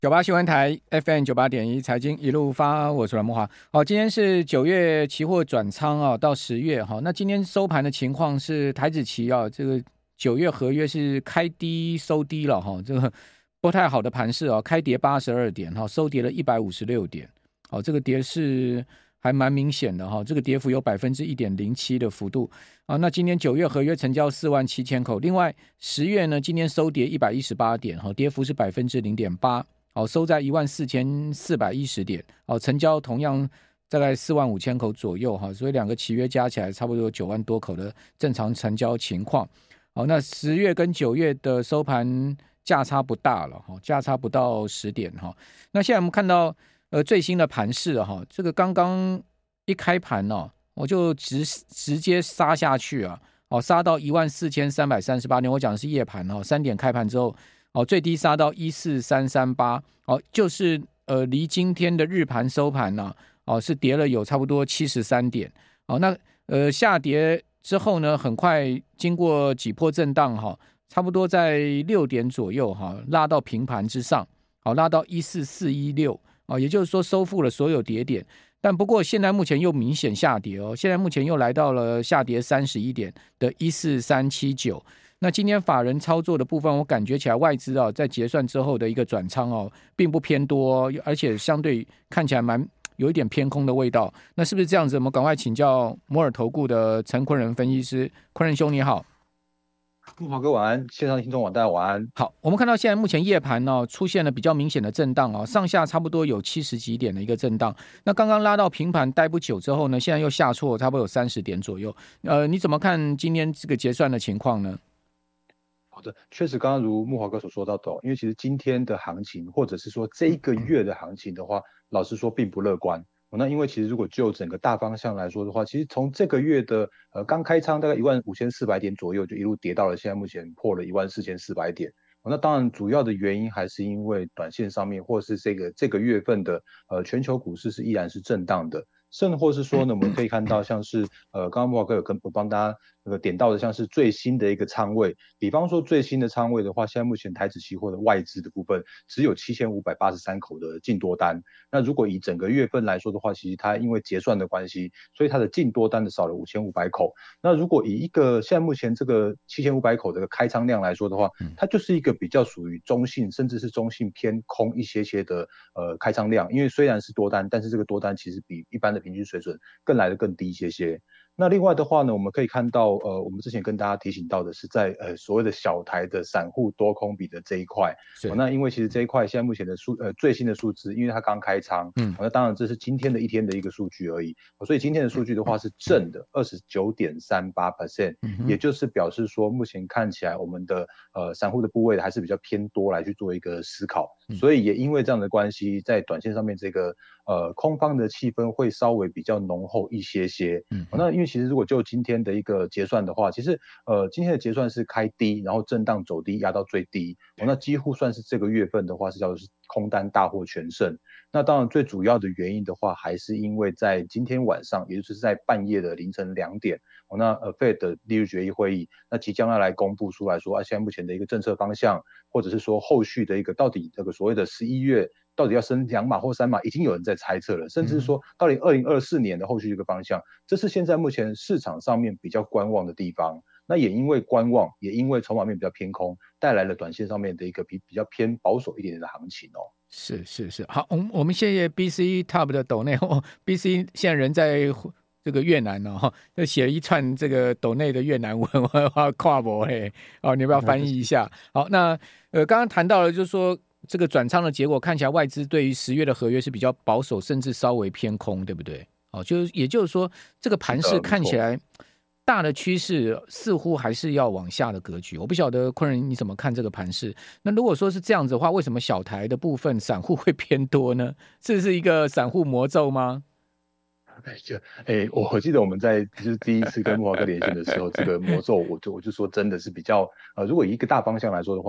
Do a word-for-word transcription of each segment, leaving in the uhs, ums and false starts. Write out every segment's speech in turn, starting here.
九八新闻台 F M 九八点一财经一路发，我是阮慕骅。好，今天是九月期货转仓啊，到十月哈。那今天收盘的情况是台指期啊，这个九月合约是开低收低了哈，这个不太好的盘势啊，开跌八十二点哈，收跌了一百五十六点。好，这个跌势还蛮明显的哈，这个跌幅有百分之一点零七的幅度啊。那今年九月合约成交四万七千口，另外十月呢，今天收跌一百一十八点哈，跌幅是百分之零点八。好，收在一万四千四百一十点，好，成交同样大概四万五千口左右哈，所以两个契约加起来差不多有九万多口的正常成交情况。好，那十月跟九月的收盘价差不大了哈，价差不到十点哈。那现在我们看到呃最新的盘势哈，这个刚刚一开盘哦，我就直直接杀下去啊，哦，杀到一万四千三百三十八点，我讲的是夜盘哦，三点开盘之后。哦，最低杀到一四三三八，哦，就是呃离今天的日盘收盘呢、啊，哦是跌了有差不多七十三点，哦，那呃下跌之后呢，很快经过几波震荡哈、哦，差不多在六点左右哈、哦，拉到平盘之上，好、哦、拉到一四四一六，哦，也就是说收复了所有跌点，但不过现在目前又明显下跌哦，现在目前又来到了下跌三十一点的一四三七九。那今天法人操作的部分，我感觉起来外资啊，在结算之后的一个转仓哦，并不偏多、哦，而且相对看起来蛮有一点偏空的味道。那是不是这样子？我们赶快请教摩尔投顾的陈坤仁分析师，坤仁兄你好。 慕骅哥晚安，线上听众晚大家晚安。 好，我们看到现在目前夜盘呢、哦、出现了比较明显的震荡哦，上下差不多有七十几点的一个震荡。那刚刚拉到平盘待不久之后呢，现在又下挫，差不多有三十点左右。呃，你怎么看今天这个结算的情况呢？ 好的，确实刚刚如慕骅哥所说到的、哦，因为其实今天的行情，或者是说这一个月的行情的话，老实说并不乐观。哦、那因为其实如果就整个大方向来说的话，其实从这个月的呃刚开仓大概一万五千四百点左右，就一路跌到了现在目前破了一万四千四百点。哦、那当然主要的原因还是因为短线上面，或是这个这个月份的呃全球股市是依然是震荡的。甚或是说呢，我们可以看到像是呃，刚刚慕骅哥有跟我帮大家那个点到的，像是最新的一个仓位，比方说最新的仓位的话，现在目前台指期货的外资的部分只有七千五百八十三口的净多单。那如果以整个月份来说的话，其实它因为结算的关系，所以它的净多单的少了五千五百口。那如果以一个现在目前这个七千五百口的开仓量来说的话，它就是一个比较属于中性，甚至是中性偏空一些些的呃开仓量，因为虽然是多单，但是这个多单其实比一般的平均水准更来的更低一些些。那另外的话呢，我们可以看到，呃，我们之前跟大家提醒到的是在呃所谓的小台的散户多空比的这一块。哦，那因为其实这一块现在目前的数呃最新的数字，因为它刚开仓，嗯、哦，那当然这是今天的一天的一个数据而已。哦、所以今天的数据的话是正的二十九点三八 percent，也就是表示说目前看起来我们的呃散户的部位还是比较偏多来去做一个思考。所以也因为这样的关系，在短线上面这个呃空方的气氛会稍微比较浓厚一些些。嗯、哦，那因为其实如果就今天的一个结算的话，其实呃今天的结算是开低，然后震荡走低压到最低。哦，那几乎算是这个月份的话是叫做是空单大获全胜。那当然最主要的原因的话，还是因为在今天晚上，也就是在半夜的凌晨两点，哦，那呃 Fed 的利率决议会议，那即将要来公布出来说啊，现在目前的一个政策方向，或者是说后续的一个到底这个所谓的十一月到底要升两码或三码，已经有人在猜测了，甚至是说到底二零二四年的后续这个方向，这是现在目前市场上面比较观望的地方。那也因为观望，也因为筹码面比较偏空，带来了短线上面的一个比比较偏保守一点点的行情哦。 是是是，好，我们我们谢谢 B C Top 的抖内、哦、B C 现在人在这个越南哦，就写了一串这个抖内的越南文，我要跨博嘿，哦，你要不要翻译一下？好，那呃，刚刚谈到了，就是说这个转仓的结果看起来外资对于十月的合约是比较保守，甚至稍微偏空，对不对？哦，就是也就是说，这个盘势看起来大的趋势似乎还是要往下的格局。我不晓得坤仁你怎么看这个盘势？那如果说是这样子的话，为什么小台的部分散户会偏多呢？这是一个散户魔咒吗？ 哎，就哎，我记得我们在就是第一次跟慕骅哥连线的时候，这个魔咒我就我就说真的是比较呃，如果以一个大方向来说的话，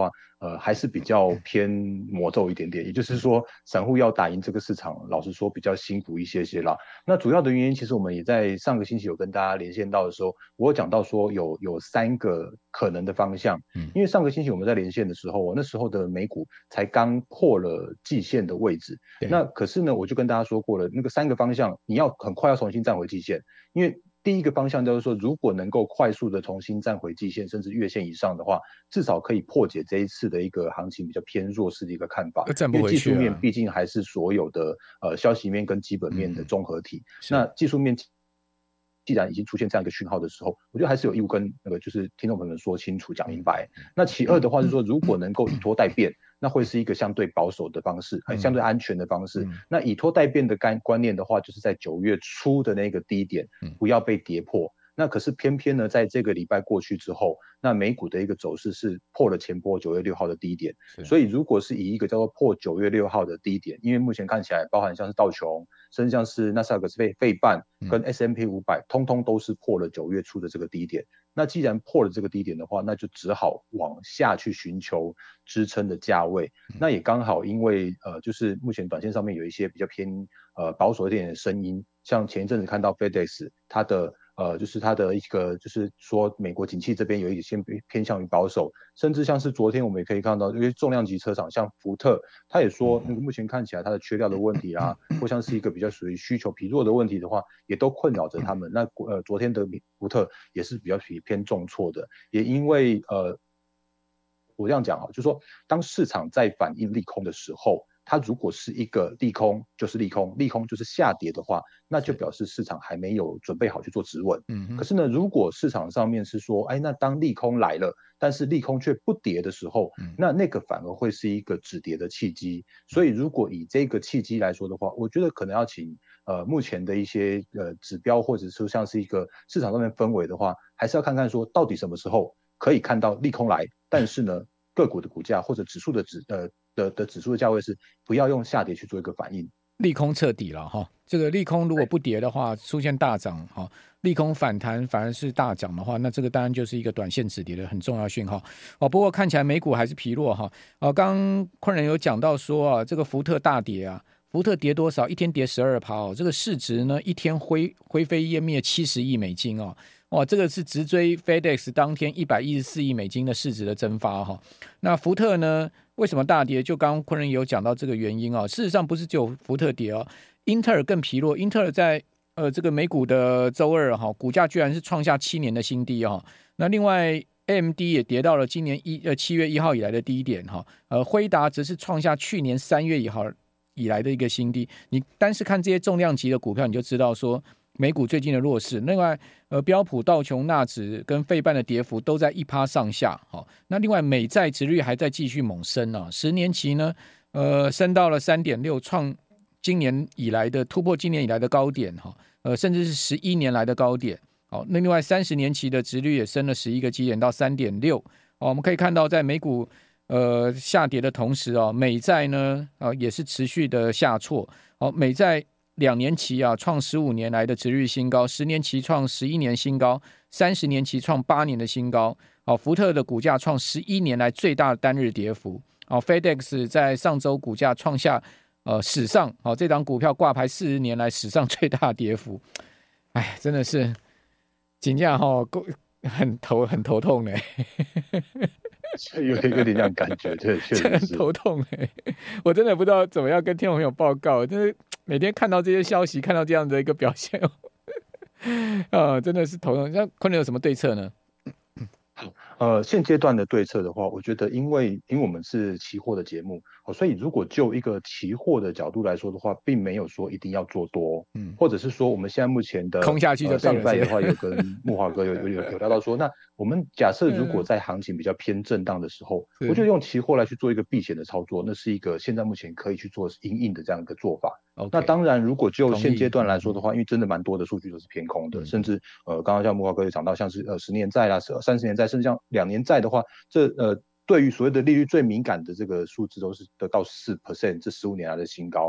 呃还是比较偏魔咒一点点，也就是说散户要打赢这个市场，老实说比较辛苦一些些啦。那主要的原因，其实我们也在上个星期有跟大家连线到的时候，我有讲到说有有三个可能的方向。嗯，因为上个星期我们在连线的时候，我那时候的美股才刚破了季线的位置。那可是呢，我就跟大家说过了，那个三个方向你要很快要重新站回季线，因为第一个方向就是说，如果能够快速的重新站回季线，甚至月线以上的话，至少可以破解这一次的一个行情比较偏弱势的一个看法。因为技术面毕竟还是所有的呃消息面跟基本面的综合体。嗯、那技术面既然已经出现这样一个讯号的时候，我觉得还是有义务跟那个就是听众朋友们说清楚、讲明白。那其二的话是说，如果能够以拖代变，那会是一个相对保守的方式，呃、相对安全的方式。嗯、那以拖代变的概观念的话，就是在九月初的那个低点，不要被跌破。那可是偏偏呢，在这个礼拜过去之后，那美股的一个走势是破了前波九月六号的低点，所以如果是以一个叫做破九月六号的低点，因为目前看起来，包含像是道琼，甚至像是纳斯达克费费半跟 S M P 五百，通通都是破了九月初的这个低点。那既然破了这个低点的话，那就只好往下去寻求支撑的价位。那也刚好，因为呃，就是目前短线上面有一些比较偏呃保守一点的声音，像前一阵子看到 FedEx 它的。呃，就是它的一个，就是说美国景气这边有一些偏向于保守，甚至像是昨天我们也可以看到，因为重量级车厂像福特，他也说那个目前看起来它的缺料的问题啊，或像是一个比较属于需求疲弱的问题的话，也都困扰着他们。那呃，昨天的福特也是比较偏重挫的，也因为呃，我这样讲啊，就是说当市场在反应利空的时候。它如果是一个利空，就是利空，利空就是下跌的话，那就表示市场还没有准备好去做止稳。嗯，可是呢，如果市场上面是说，哎，那当利空来了，但是利空却不跌的时候，嗯、那那个反而会是一个止跌的契机。所以，如果以这个契机来说的话，我觉得可能要请呃目前的一些呃指标，或者说像是一个市场上面氛围的话，还是要看看说到底什么时候可以看到利空来，但是呢，个股的股价或者指数的指呃。的, 的指数的价位是不要用下跌去做一个反应， 利空彻底了哈。这个利空如果不跌的话，出现大涨哈，利空反弹反而是大涨的话，那这个当然就是一个短线止跌的很重要讯号哦。不过看起来美股还是疲弱哈。哦，刚刚昆仁有讲到说啊，这个福特大跌啊，福特跌多少？一天跌十二趴哦，这个市值呢一天灰灰飞烟灭七十亿美金哦。哇，这个是直追 FedEx 当天一百一十四亿美金的市值的蒸发哈。那福特呢，为什么大跌？就刚刚昆仁也有讲到这个原因啊。事实上不是只有福特跌哦，英特尔更疲弱。英特尔在呃这个美股的周二哈，股价居然是创下七年的新低哈。那另外 A M D 也跌到了今年一呃七月一号以来的低点哈。呃，辉达则是创下去年三月以后以来的一个新低。你单是看这些重量级的股票，你就知道说。美股最近的弱势，另外，呃，标普、道琼、纳指跟费半的跌幅都在一趴上下，好，那另外美债殖率还在继续猛升啊，十年期呢，呃，升到了三点六，创今年以来的突破今年以来的高点哈，呃，甚至是十一年来的高点，好，那另外三十年期的殖率也升了十一个基点到三点六，我们可以看到在美股呃下跌的同时啊，美债呢啊、呃、也是持续的下挫，好，美债。两年期啊，创十五年来的殖利率新高；十年期创十一年新高；三十年期创八年的新高。好，福特的股价创十一年来最大的单日跌幅。好 ，FedEx 在上周股价创下呃史上好这档股票挂牌四十年来史上最大跌幅。哎，真的是真的哈，很头很头痛嘞。 有有点这样感觉，对，确实是很头痛哎，我真的不知道怎么样跟听众朋友报告，就是每天看到这些消息，看到这样的一个表现，啊，真的是头痛。那昆仑有什么对策呢？ 呃，现阶段的对策的话，我觉得因为因为我们是期货的节目，哦，所以如果就一个期货的角度来说的话，并没有说一定要做多，嗯，或者是说我们现在目前的空下去就对了。 呃、上礼拜的话，有跟木华哥有有有有聊到说，那我们假设如果在行情比较偏震荡的时候，嗯、我觉得用期货来去做一个避险的操作，那是一个现在目前可以去做因应的这样一个做法。Okay, 那当然，如果就现阶段来说的话，因为真的蛮多的数据都是偏空的，嗯、甚至呃，刚刚像木华哥也讲到，像是呃十年债啦、三十年债，甚至像两年债的话，这呃对于所谓的利率最敏感的这个数字都是得到四 percent， 这十五年来的新高。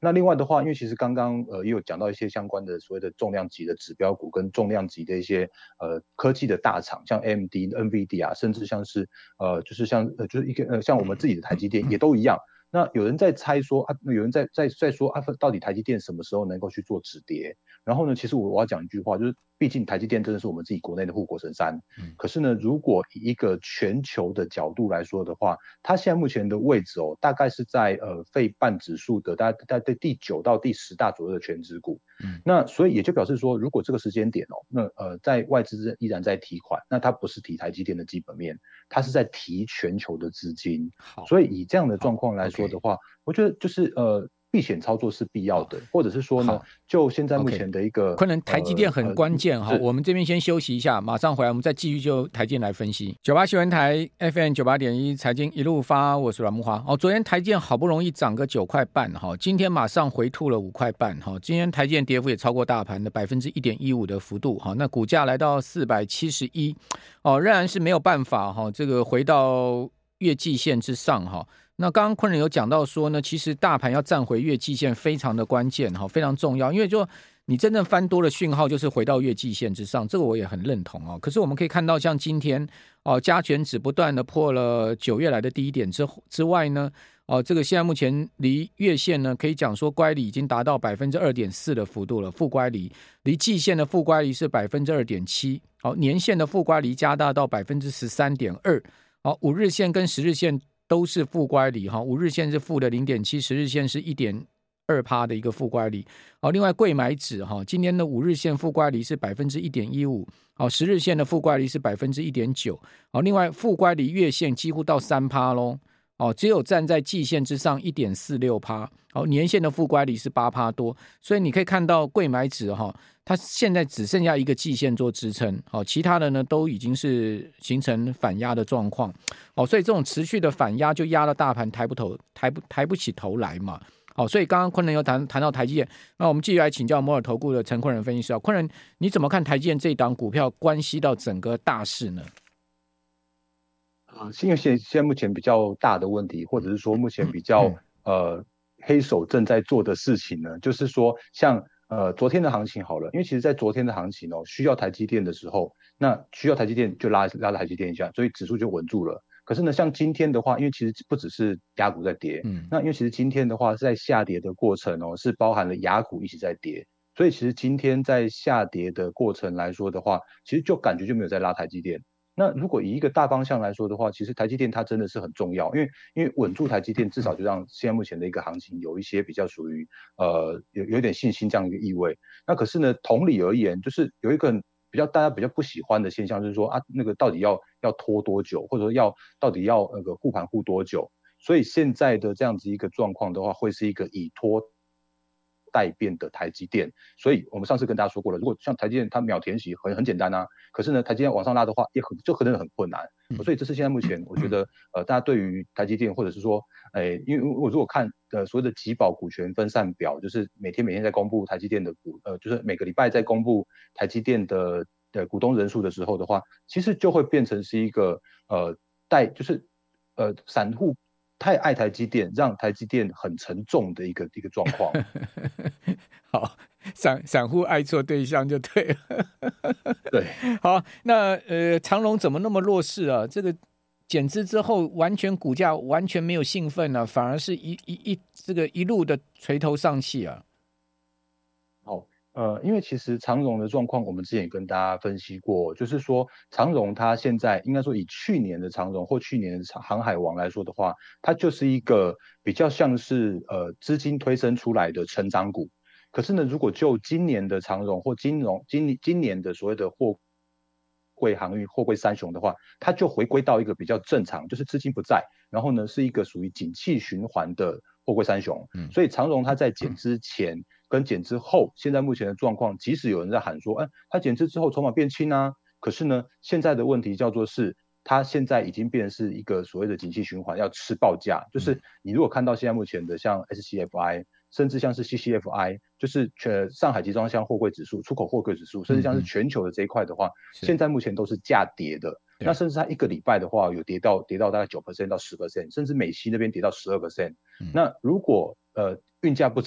那另外的话，因为其实刚刚呃也有讲到一些相关的所谓的重量级的指标股跟重量级的一些呃科技的大厂，像 A M D、N V I D I A， 甚至像是呃就是像呃就是一个呃像我们自己的台积电也都一样。那有人在猜说啊，有人在在在说啊，到底台积电什么时候能够去做止跌？然后呢，其实我我要讲一句话，就是毕竟台积电真的是我们自己国内的护国神山。嗯、可是呢，如果以一个全球的角度来说的话，它现在目前的位置哦，大概是在呃费半指数的大概大概第九到第十大左右的全指股。嗯、那所以也就表示说，如果这个时间点哦，那呃在外资依然在提款，那它不是提台积电的基本面，它是在提全球的资金。所以以这样的状况来说的话，我觉得就是呃。避险操作是必要的，或者是说呢，就现在目前的一个， 可能台积电很关键哈、呃。我们这边先休息一下，马上回来，我们再继续就台积电来分析。九八新闻台 F M 九八点一财经一路发，我是阮慕骅。哦，昨天台积电好不容易涨个九块半哈，今天马上回吐了五块半哈。今天台积电跌幅也超过大盘的百分之一点一五的幅度哈。那股价来到四百七十一，哦，仍然是没有办法哈，这个回到月季线之上哈。那刚刚昆仁有讲到说呢，其实大盘要站回月季线非常的关键哈，非常重要，因为就你真正翻多的讯号就是回到月季线之上，这个我也很认同哦。可是我们可以看到，像今天哦，加权指不断的破了九月来的低点之之外呢，哦，这个现在目前离月线呢，可以讲说乖离已经达到百分之二点四的幅度了，负乖离，离季线的负乖离是百分之二点七，好，年线的负乖离加大到百分之十三点二，好，五日线跟十日线都是负乖离，五日线是负的 零点七， 十日线是 一点二 的一个负乖离。另外贵买指今天的五日线负乖离是 百分之一点一五， 十日线的负乖离是 百分之一点九， 另外负乖离月线几乎到 百分之三 咯，只有站在季线之上 一点四六， 年线的负乖离是 百分之八 多，所以你可以看到贵买指它现在只剩下一个季线做支撑，其他的呢都已经是形成反压的状况，所以这种持续的反压就压到大盘抬不头抬不抬不起头来嘛。好，所以刚刚昆仁有谈谈到台积电，那我们继续来请教摩尔投顾的陈昆仁分析师。昆仁，你怎么看台积电这一档股票关系到整个大势呢？ 啊、呃，因为现现在目前比较大的问题，或者是说目前比较、嗯、呃黑手正在做的事情呢，就是说像呃昨天的行情好了，因为其实在昨天的行情哦，需要台积电的时候，那需要台积电就拉拉了台积电一下，所以指数就稳住了。可是呢，像今天的话，因为其实不只是亚股在跌，嗯，那因为其实今天的话是在下跌的过程哦，是包含了亚股一起在跌，所以其实今天在下跌的过程来说的话，其实就感觉就没有在拉台积电。那如果以一个大方向来说的话，其实台积电它真的是很重要，因为因为稳住台积电，至少就让现在目前的一个行情有一些比较属于呃有有点信心这样一个意味。那可是呢，同理而言，就是有一个比较大家比较不喜欢的现象，就是说啊，那个到底要要拖多久，或者说要到底要那个护盘护多久？所以现在的这样子一个状况的话，会是一个以拖待变的台积电，所以我们上次跟大家说过了，如果像台积电它秒填息很很简单啊，可是呢台积电往上拉的话也很就可能很困难，所以这是现在目前我觉得呃大家对于台积电或者是说，诶、呃，因为我如果看呃所谓的集保股权分散表，就是每天每天在公布台积电的股，呃，就是每个礼拜在公布台积电的的股东人数的时候的话，其实就会变成是一个呃带就是呃散户太爱台积电，让台积电很沉重的一个一个状况。 好，散散户爱错对象就对了。 对， 好，那呃，长荣怎么那么弱势啊？这个减资之后，完全股价完全没有兴奋啊，反而是一一一这个一路的垂头丧气啊。 好。呃，因为其实长荣的状况，我们之前也跟大家分析过，就是说长荣它现在应该说以去年的长荣或去年的航海王来说的话，它就是一个比较像是呃资金推升出来的成长股。可是呢，如果就今年的长荣或金融今今年的所谓的货柜航运、货柜三雄的话，它就回归到一个比较正常，就是资金不在，然后呢是一个属于景气循环的货柜三雄。嗯，所以长荣它在减资前跟减资后，现在目前的状况，即使有人在喊说，哎，它减资之后筹码变轻啊，可是呢，现在的问题叫做是，它现在已经变成是一个所谓的景气循环，要吃报价。就是你如果看到现在目前的像 S C F I， 甚至像是 C C F I， 就是全上海集装箱货柜指数、出口货柜指数，甚至像是全球的这一块的话，嗯、现在目前都是价跌的。那甚至它一个礼拜的话，有跌到跌到大概 百分之九 到 百分之十， 甚至美西那边跌到 百分之十二。嗯、那如果呃运价不涨，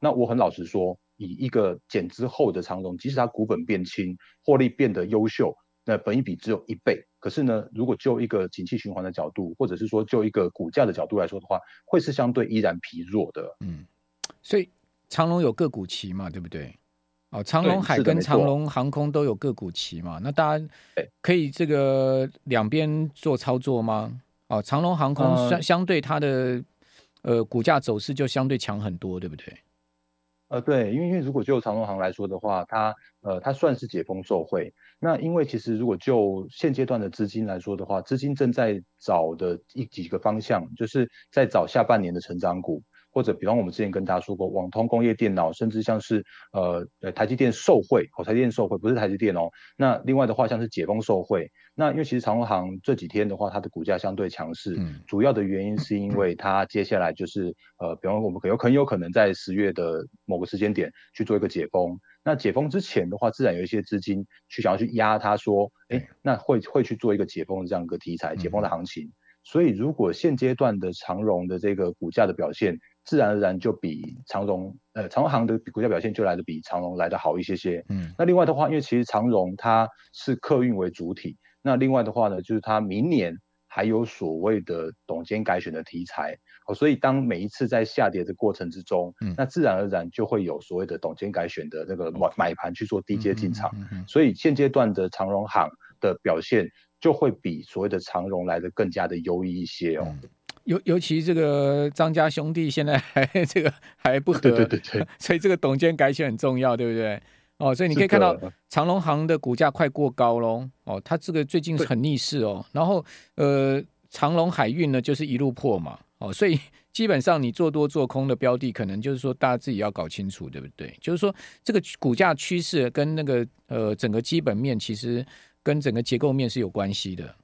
那我很老实说，以一个减资后的长荣，即使它股本变轻，获利变得优秀，那本益比只有一倍，可是呢，如果就一个景气循环的角度，或者是说就一个股价的角度来说的话，会是相对依然疲弱的。 嗯，所以长荣有个股期嘛，对不对？哦，长荣海跟长荣航空都有个股期嘛，那大家可以这个两边做操作吗？哦，长荣航空相、呃、相对它的呃股价走势就相对强很多，对不对？ 呃，对，因为因为如果就长荣航来说的话，它呃它算是解封受惠。那因为其实如果就现阶段的资金来说的话，资金正在找的一几个方向，就是在找下半年的成长股。或者比方我们之前跟大家说过，网通、工业电脑，甚至像是呃呃台积电受惠，哦，台积电受惠不是台积电哦。那另外的话，像是解封受惠，那因为其实长荣航这几天的话，它的股价相对强势，嗯、主要的原因是因为它接下来就是呃，比方我们有很有可能在十月的某个时间点去做一个解封。那解封之前的话，自然有一些资金去想要去压它，说，哎，那会会去做一个解封的这样一个题材，解封的行情。嗯、所以如果现阶段的长荣的这个股价的表现，自然而然就比长荣，呃，长荣航的股价表现就来的比长荣来的好一些些。嗯，那另外的话，因为其实长荣它是客运为主体，那另外的话呢，就是它明年还有所谓的董监改选的题材，哦，所以当每一次在下跌的过程之中，嗯、那自然而然就会有所谓的董监改选的那个买买盘去做低阶进场，嗯嗯嗯、所以现阶段的长荣航的表现就会比所谓的长荣来的更加的优异一些哦。嗯， 尤尤其这个张家兄弟现在还这个还不合， 对对对对， 所以这个董监改选很重要，对不对？哦，所以你可以看到长荣航的股价快过高咯。哦，它这个最近很逆势哦。然后呃，长荣海运呢就是一路破嘛，哦，所以基本上你做多做空的标的，可能就是说大家自己要搞清楚，对不对？就是说这个股价趋势跟那个呃整个基本面，其实跟整个结构面是有关系的。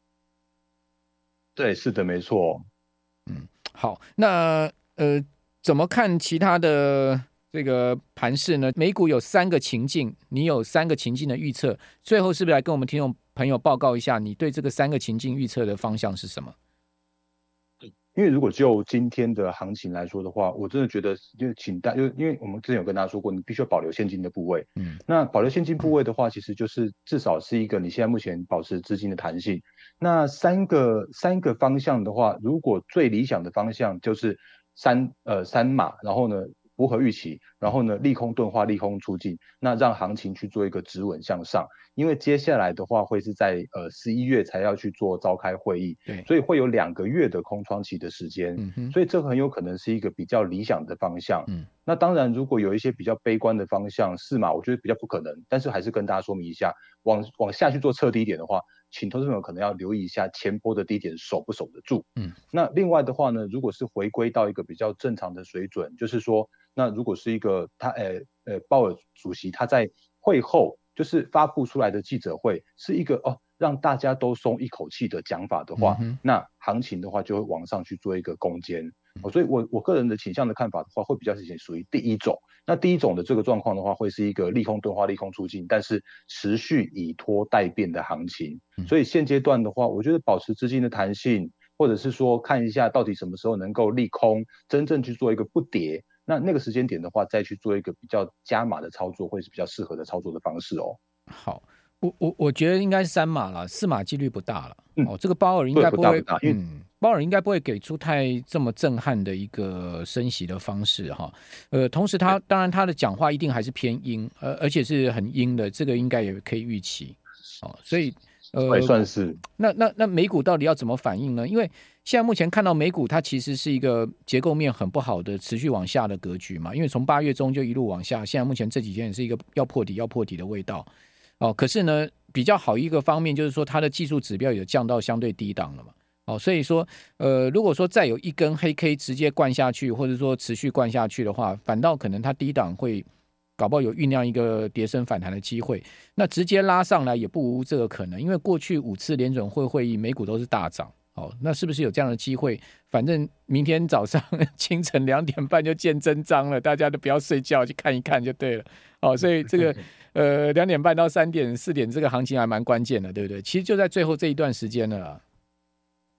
对，是的，没错。 嗯，好，那呃，怎么看其他的这个盘势呢？美股有三个情境，你有三个情境的预测，最后是不是来跟我们听众朋友报告一下，你对这个三个情境预测的方向是什么？ 因为如果就今天的行情来说的话，我真的觉得就请大，就因为我们之前有跟大家说过，你必须要保留现金的部位。嗯，那保留现金部位的话，其实就是至少是一个你现在目前保持资金的弹性。那三个三个方向的话，如果最理想的方向就是三呃三码，然后呢符合预期，然后呢利空钝化，利空出尽，那让行情去做一个止稳向上。因为接下来的话会是在呃十一月才要去做召开会议，对，所以会有两个月的空窗期的时间，嗯、所以这很有可能是一个比较理想的方向。嗯，那当然如果有一些比较悲观的方向，是嘛？我觉得比较不可能，但是还是跟大家说明一下，往往下去做测低点的话，请投资朋友可能要留意一下前波的低点守不守得住。嗯，那另外的话呢，如果是回归到一个比较正常的水准，就是说，那如果是一个他呃呃鲍尔主席他在会后。就是发布出来的记者会是一个哦，让大家都松一口气的讲法的话，嗯、那行情的话就会往上去做一个攻坚。哦、所以我我个人的倾向的看法的话，会比较是属于第一种。那第一种的这个状况的话，会是一个利空钝化、利空出尽，但是持续以拖待变的行情。所以现阶段的话，我觉得保持资金的弹性，或者是说看一下到底什么时候能够利空，真正去做一个不跌。那那个时间点的话，再去做一个比较加码的操作，会是比较适合的操作的方式哦。 好，我我我觉得应该是三码了，四码几率不大了。嗯、哦，这个鲍尔应该不会， 不大不大嗯，鲍尔应该不会给出太这么震撼的一个升息的方式哈。呃，同时他当然他的讲话一定还是偏鹰，呃，而且是很鹰的，这个应该也可以预期。哦，所以呃，算是。 那那那美股到底要怎么反应呢？因为现在目前看到美股它其实是一个结构面很不好的持续往下的格局嘛，因为从八月中就一路往下，现在目前这几天也是一个要破底要破底的味道。哦，可是呢，比较好一个方面就是说它的技术指标有降到相对低档了嘛。哦，所以说呃，如果说再有一根黑 K 直接灌下去，或者说持续灌下去的话，反倒可能它低档会搞不好有酝酿一个跌升反弹的机会。那直接拉上来也不无这个可能，因为过去五次联准会会议美股都是大涨。哦，那是不是有这样的机会？反正明天早上清晨两点半就见真章了，大家都不要睡觉，去看一看就对了。哦，所以这个呃两点半到三点四点这个行情还蛮关键的，对不对？其实就在最后这一段时间了啦。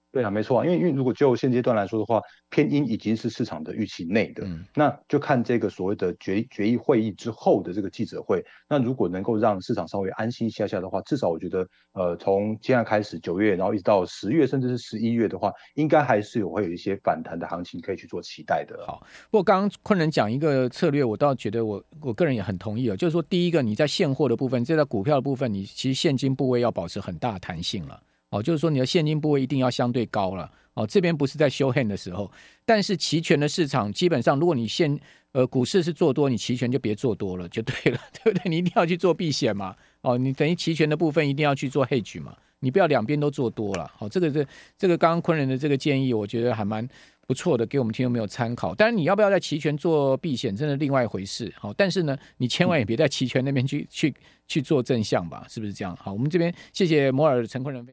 对啊，没错啊，因为因为如果就现阶段来说的话，偏鹰已经是市场的预期内的， 嗯， 那就看这个所谓的决决议会议之后的这个记者会，那如果能够让市场稍微安心一下下的话，至少我觉得，呃，从现在开始九月，然后一直到十月，甚至是十一月的话，应该还是有会有一些反弹的行情可以去做期待的。 好，不过刚刚昆仁讲一个策略，我倒觉得我我个人也很同意哦，就是说第一个你在现货的部分，这在股票的部分，你其实现金部位要保持很大的弹性了。哦，就是说你的现金部位一定要相对高了。哦，这边不是在show hand 的时候，但是期权的市场基本上，如果你现呃股市是做多，你期权就别做多了，就对了，对不对？你一定要去做避险嘛。哦，你等于期权的部分一定要去做 hedge 嘛，你不要两边都做多了。好、哦，这个这这个刚刚昆仁的这个建议，我觉得还蛮不错的，给我们听众朋友参考。当然，你要不要在期权做避险，真的另外一回事。好、哦，但是呢，你千万也别在期权那边去去去做正向吧，是不是这样？好，我们这边谢谢摩尔陈昆仁。